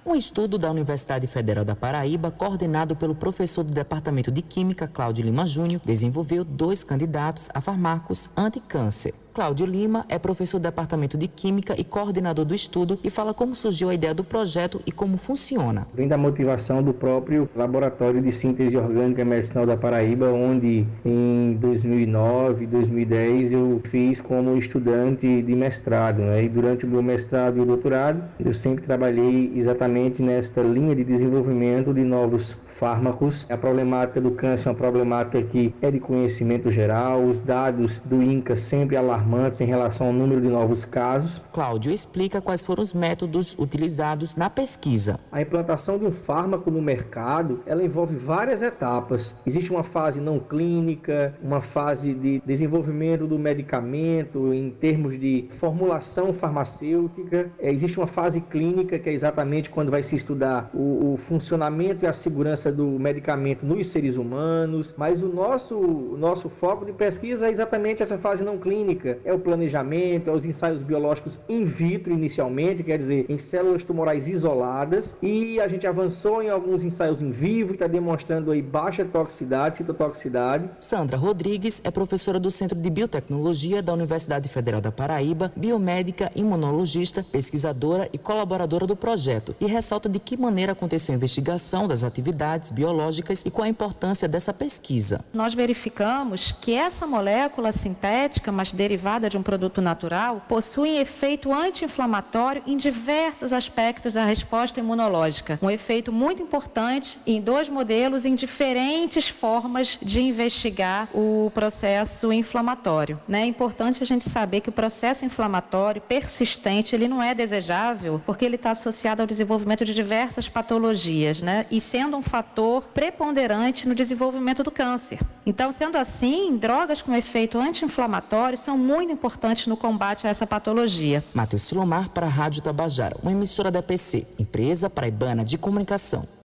Um estudo da Universidade Federal da Paraíba, coordenado pelo professor do Departamento de Química, Cláudio Lima Júnior, desenvolveu 2 candidatos a fármacos anti-câncer. Cláudio Lima é professor do Departamento de Química e coordenador do estudo e fala como surgiu a ideia do projeto e como funciona. Vem da motivação do próprio Laboratório de Síntese Orgânica Medicinal da Paraíba, onde em 2009, 2010 eu fiz como estudante de mestrado, né? E durante o meu mestrado e o doutorado eu sempre trabalhei exatamente nesta linha de desenvolvimento de novos fármacos. A problemática do câncer é uma problemática que é de conhecimento geral, os dados do INCA sempre alarmantes em relação ao número de novos casos. Cláudio explica quais foram os métodos utilizados na pesquisa. A implantação de um fármaco no mercado, ela envolve várias etapas. Existe uma fase não clínica, uma fase de desenvolvimento do medicamento em termos de formulação farmacêutica. Existe uma fase clínica, que é exatamente quando vai se estudar o funcionamento e a segurança do medicamento nos seres humanos, mas o nosso foco de pesquisa é exatamente essa fase não clínica, é o planejamento, é os ensaios biológicos in vitro inicialmente, quer dizer, em células tumorais isoladas, e a gente avançou em alguns ensaios em vivo e está demonstrando aí baixa toxicidade, citotoxicidade. Sandra Rodrigues é professora do Centro de Biotecnologia da Universidade Federal da Paraíba, biomédica, imunologista, pesquisadora e colaboradora do projeto, e ressalta de que maneira aconteceu a investigação das atividades biológicas e qual a importância dessa pesquisa. Nós verificamos que essa molécula sintética, mas derivada de um produto natural, possui efeito anti-inflamatório em diversos aspectos da resposta imunológica. Um efeito muito importante em 2 modelos em diferentes formas de investigar o processo inflamatório. É importante a gente saber que o processo inflamatório persistente, ele não é desejável porque ele está associado ao desenvolvimento de diversas patologias, e sendo um fator preponderante no desenvolvimento do câncer. Então, sendo assim, drogas com efeito anti-inflamatório são muito importantes no combate a essa patologia. Matheus Silomar para a Rádio Tabajara, uma emissora da EPC, Empresa Paraibana de Comunicação.